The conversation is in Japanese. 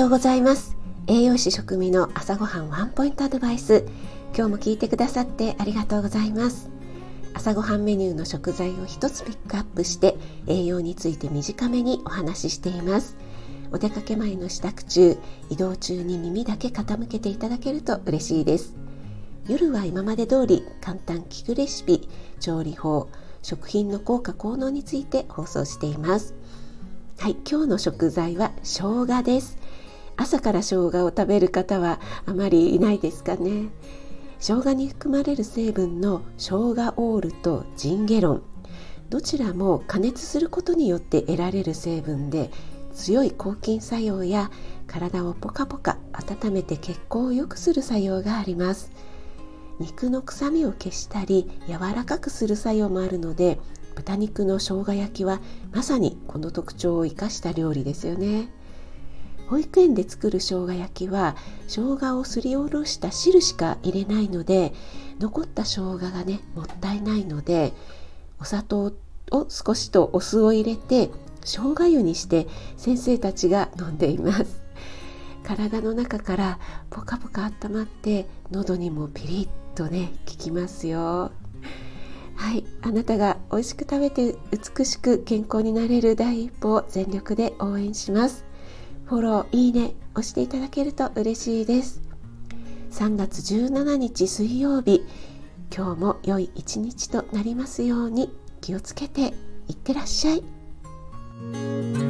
ようございます。栄養士食味の朝ごはんワンポイントアドバイス。今日も聞いてくださってありがとうございます。朝ごはんメニューの食材を一つピックアップして栄養について短めにお話ししています。お出かけ前の支度中、移動中に耳だけ傾けていただけると嬉しいです。夜は今まで通り簡単聞くレシピ、調理法、食品の効果効能について放送しています。はい、今日の食材は生姜です。朝から生姜を食べる方はあまりいないですかね。生姜に含まれる成分の生姜オールとジンゲロン、どちらも加熱することによって得られる成分で、強い抗菌作用や体をポカポカ温めて血行を良くする作用があります。肉の臭みを消したり柔らかくする作用もあるので、豚肉の生姜焼きはまさにこの特徴を生かした料理ですよね。保育園で作る生姜焼きは生姜をすりおろした汁しか入れないので、残った生姜がねもったいないので、お砂糖を少しとお酢を入れて生姜湯にして先生たちが飲んでいます。体の中からポカポカ温まって喉にもピリッとね効きますよ。はい、あなたが美味しく食べて美しく健康になれる第一歩を全力で応援します。フォロー、いいね押していただけると嬉しいです。3月17日水曜日、今日も良い一日となりますように。気をつけていってらっしゃい。